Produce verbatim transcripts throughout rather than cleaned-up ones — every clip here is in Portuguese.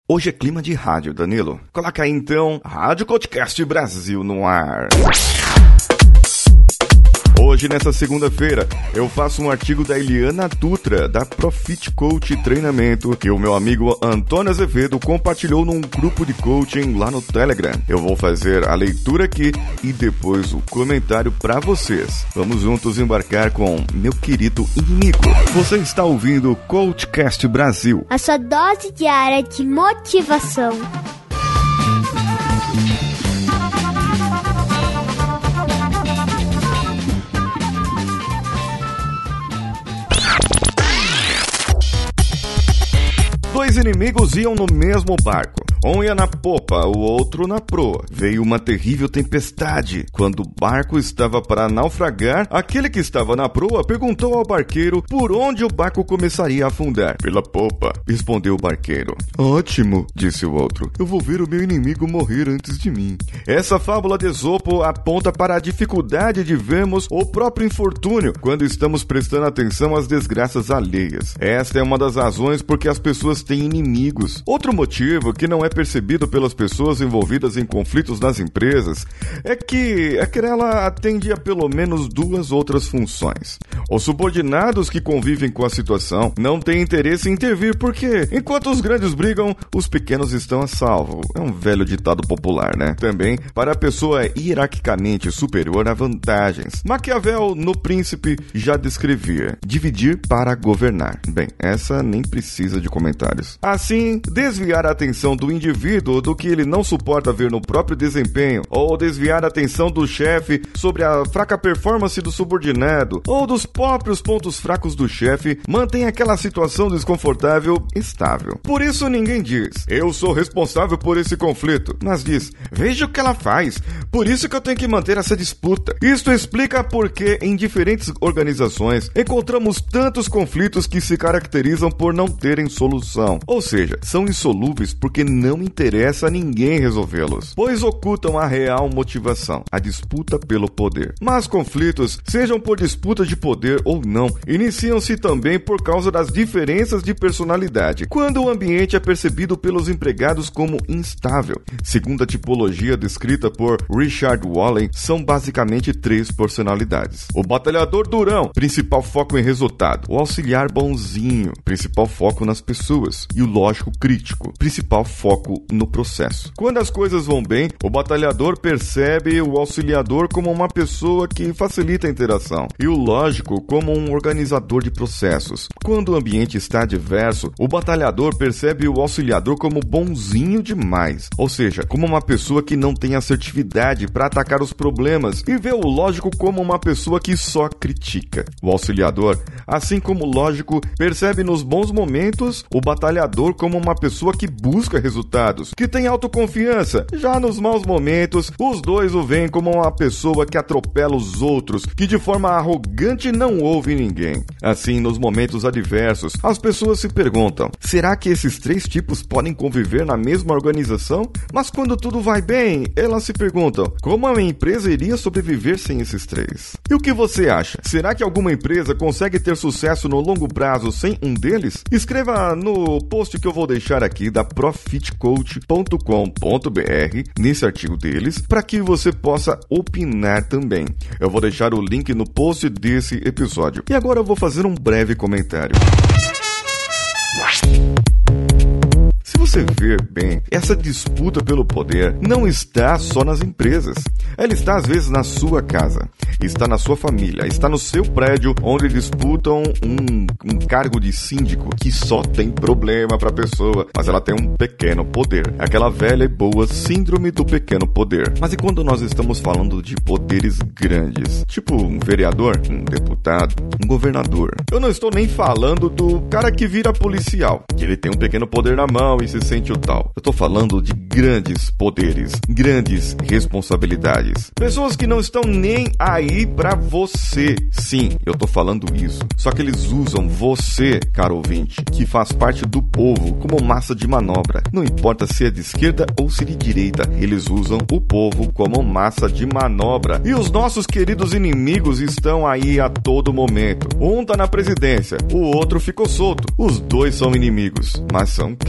Hoje é clima de rádio, Danilo. Coloca aí então Rádio Coachcast Brasil no ar. Hoje, nessa segunda-feira, eu faço um artigo da Eliana Dutra, da Profit Coach Treinamento, que o meu amigo Antônio Azevedo compartilhou num grupo de coaching lá no Telegram. Eu vou fazer a leitura aqui e depois o comentário para vocês. Vamos juntos embarcar com meu querido inimigo. Você está ouvindo o Coachcast Brasil, a sua dose diária de motivação. Dois inimigos iam no mesmo barco. Um ia na popa, o outro na proa. Veio uma terrível tempestade. Quando o barco estava para naufragar, aquele que estava na proa perguntou ao barqueiro por onde o barco começaria a afundar. Pela popa, respondeu o barqueiro. Ótimo, disse o outro. Eu vou ver o meu inimigo morrer antes de mim. Essa fábula de Esopo aponta para a dificuldade de vermos o próprio infortúnio quando estamos prestando atenção às desgraças alheias. Esta é uma das razões porque as pessoas têm inimigos. Outro motivo que não é percebido pelas pessoas envolvidas em conflitos nas empresas é que aquela atende a pelo menos duas outras funções. Os subordinados que convivem com a situação não têm interesse em intervir porque, enquanto os grandes brigam, os pequenos estão a salvo. É um velho ditado popular, né? Também, para a pessoa hierarquicamente superior, há vantagens. Maquiavel, no Príncipe, já descrevia dividir para governar. Bem, essa nem precisa de comentários. Assim, desviar a atenção do indivíduo do que ele não suporta ver no próprio desempenho, ou desviar a atenção do chefe sobre a fraca performance do subordinado, ou dos próprios pontos fracos do chefe, mantém aquela situação desconfortável estável. Por isso ninguém diz, eu sou responsável por esse conflito, mas diz, veja o que ela faz, por isso que eu tenho que manter essa disputa. Isto explica por que em diferentes organizações encontramos tantos conflitos que se caracterizam por não terem solução, ou seja, são insolúveis porque não Não interessa a ninguém resolvê-los, pois ocultam a real motivação, a disputa pelo poder. Mas conflitos, sejam por disputa de poder ou não, iniciam-se também por causa das diferenças de personalidade, quando o ambiente é percebido pelos empregados como instável. Segundo a tipologia descrita por Richard Walley, são basicamente três personalidades. O batalhador durão, principal foco em resultado. O auxiliar bonzinho, principal foco nas pessoas. E o lógico crítico, principal foco no processo. Quando as coisas vão bem, o batalhador percebe o auxiliador como uma pessoa que facilita a interação e o lógico como um organizador de processos. Quando o ambiente está adverso, o batalhador percebe o auxiliador como bonzinho demais, ou seja, como uma pessoa que não tem assertividade para atacar os problemas e vê o lógico como uma pessoa que só critica. O auxiliador, assim como o lógico, percebe nos bons momentos o batalhador como uma pessoa que busca resultados, que tem autoconfiança. Já nos maus momentos, os dois o veem como uma pessoa que atropela os outros, que de forma arrogante não ouve ninguém. Assim, nos momentos adversos, as pessoas se perguntam, será que esses três tipos podem conviver na mesma organização? Mas quando tudo vai bem, elas se perguntam, como a minha empresa iria sobreviver sem esses três? E o que você acha? Será que alguma empresa consegue ter sucesso no longo prazo sem um deles? Escreva no post que eu vou deixar aqui da profit coach ponto com ponto b r nesse artigo deles, para que você possa opinar também. Eu vou deixar o link no post desse episódio. E agora eu vou fazer um breve comentário. Se você ver bem, essa disputa pelo poder não está só nas empresas. Ela está às vezes na sua casa, está na sua família, está no seu prédio onde disputam um, um cargo de síndico que só tem problema para a pessoa, mas ela tem um pequeno poder. Aquela velha e boa síndrome do pequeno poder. Mas e quando nós estamos falando de poderes grandes? Tipo um vereador, um deputado, um governador. Eu não estou nem falando do cara que vira policial, que ele tem um pequeno poder na mão e se sente o tal. Eu tô falando de grandes poderes, grandes responsabilidades. Pessoas que não estão nem aí pra você. Sim, eu tô falando isso. Só que eles usam você, caro ouvinte, que faz parte do povo, como massa de manobra. Não importa se é de esquerda ou se de direita, eles usam o povo como massa de manobra. E os nossos queridos inimigos estão aí a todo momento. Um tá na presidência, o outro ficou solto. Os dois são inimigos, mas são queridos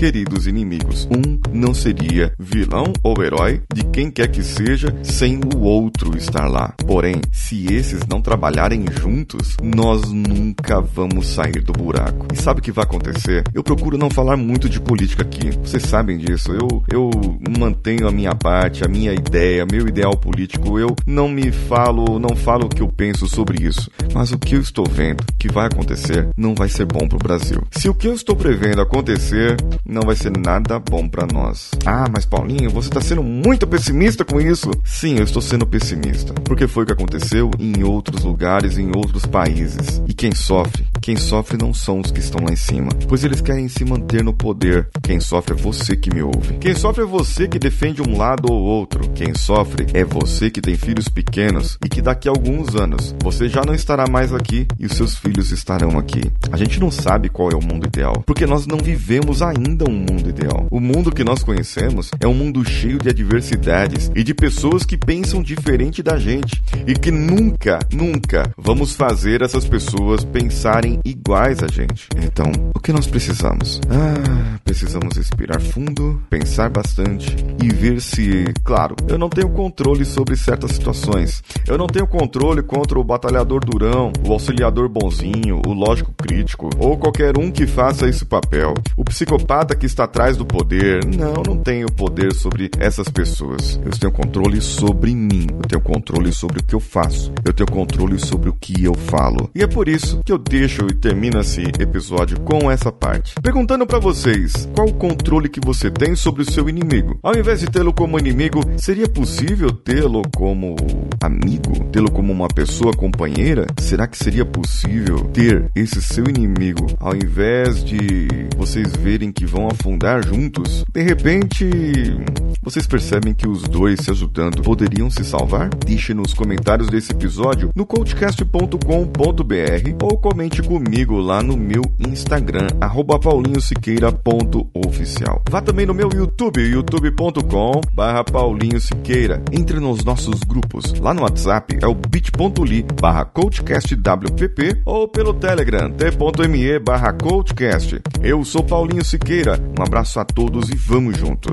inimigos. Um não seria vilão ou herói de quem quer que seja sem o outro estar lá. Porém, se esses não trabalharem juntos, nós nunca vamos sair do buraco. E sabe o que vai acontecer? Eu procuro não falar muito de política aqui. Vocês sabem disso. Eu, eu mantenho a minha parte, a minha ideia, meu ideal político. Eu não me falo, não falo o que eu penso sobre isso. Mas o que eu estou vendo que vai acontecer não vai ser bom pro Brasil. Se o que eu estou prevendo acontecer, não vai ser nada bom pra nós. Ah, mas Paulinho, você tá sendo muito pessimista com isso? Sim, eu estou sendo pessimista. Porque foi o que aconteceu em outros lugares, em outros países. E quem sofre? Quem sofre não são os que estão lá em cima, pois eles querem se manter no poder. Quem sofre é você que me ouve. Quem sofre é você que defende um lado ou outro. Quem sofre é você que tem filhos pequenos e que daqui a alguns anos você já não estará mais aqui e os seus filhos estarão aqui. A gente não sabe qual é o mundo ideal, porque nós não vivemos ainda um mundo ideal. O mundo que nós conhecemos é um mundo cheio de adversidades e de pessoas que pensam diferente da gente e que nunca, nunca vamos fazer essas pessoas pensarem iguais a gente. Então, o que nós precisamos? Ah, precisamos respirar fundo, pensar bastante e ver se... Claro, eu não tenho controle sobre certas situações. Eu não tenho controle contra o batalhador durão, o auxiliador bonzinho, o lógico crítico ou qualquer um que faça esse papel. O psicopata que está atrás do poder. Não, não tenho poder sobre essas pessoas. Eu tenho controle sobre mim. Eu tenho controle sobre o que eu faço. Eu tenho controle sobre o que eu falo. E é por isso que eu deixo e termino esse episódio com essa parte. Perguntando pra vocês, qual o controle que você tem sobre o seu inimigo? Ao invés de tê-lo como inimigo, seria possível tê-lo como amigo? Tê-lo como uma pessoa companheira? Será que seria possível ter esse seu inimigo, ao invés de vocês verem que vão afundar juntos, de repente vocês percebem que os dois se ajudando poderiam se salvar? Deixe nos comentários desse episódio no coachcast ponto com ponto b r ou comente comigo lá no meu Instagram, arroba paulinho siqueira ponto oficial. Vá também no meu YouTube, youtube ponto com barra paulinho siqueira. Entre nos nossos grupos. Lá no WhatsApp é o bit.ly barra coachcastwpp ou pelo Telegram, t.me barra coachcast. Eu sou Paulinho Siqueira. Um abraço a todos e vamos juntos.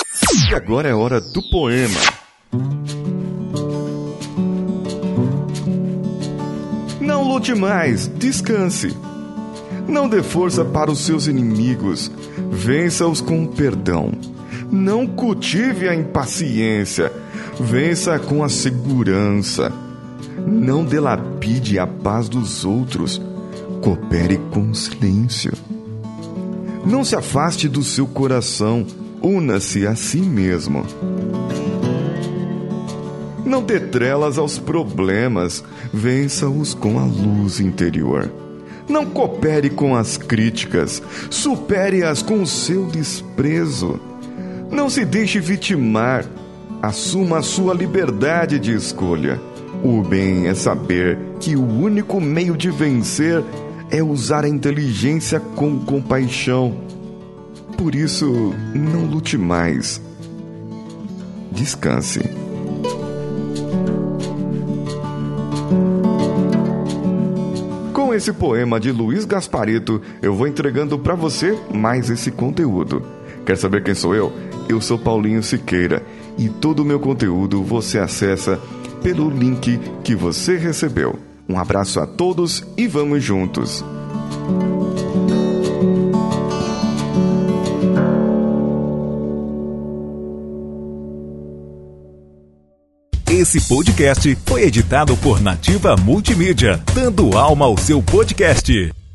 E agora é hora do poema. Não lute mais, descanse. Não dê força para os seus inimigos. Vença-os com perdão. Não cultive a impaciência. Vença com a segurança. Não delapide a paz dos outros. Coopere com silêncio. Não se afaste do seu coração. Una-se a si mesmo. Não dê trelas aos problemas. Vença-os com a luz interior. Não coopere com as críticas. Supere-as com o seu desprezo. Não se deixe vitimar. Assuma a sua liberdade de escolha. O bem é saber que o único meio de vencer é usar a inteligência com compaixão. Por isso, não lute mais. Descanse. Com esse poema de Luiz Gasparito, eu vou entregando para você mais esse conteúdo. Quer saber quem sou eu? Eu sou Paulinho Siqueira e todo o meu conteúdo você acessa pelo link que você recebeu. Um abraço a todos e vamos juntos! Esse podcast foi editado por Nativa Multimídia, dando alma ao seu podcast.